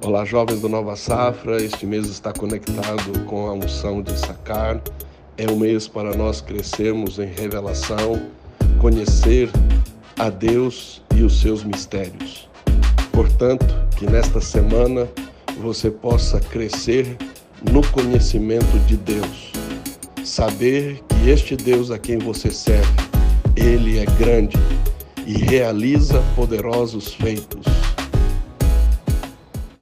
Olá, jovens do Nova Safra, este mês está conectado com a unção de Issachar. É um mês para nós crescermos em revelação, conhecer a Deus e os seus mistérios. Portanto, que nesta semana você possa crescer no conhecimento de Deus. Saber que este Deus a quem você serve, Ele é grande e realiza poderosos feitos.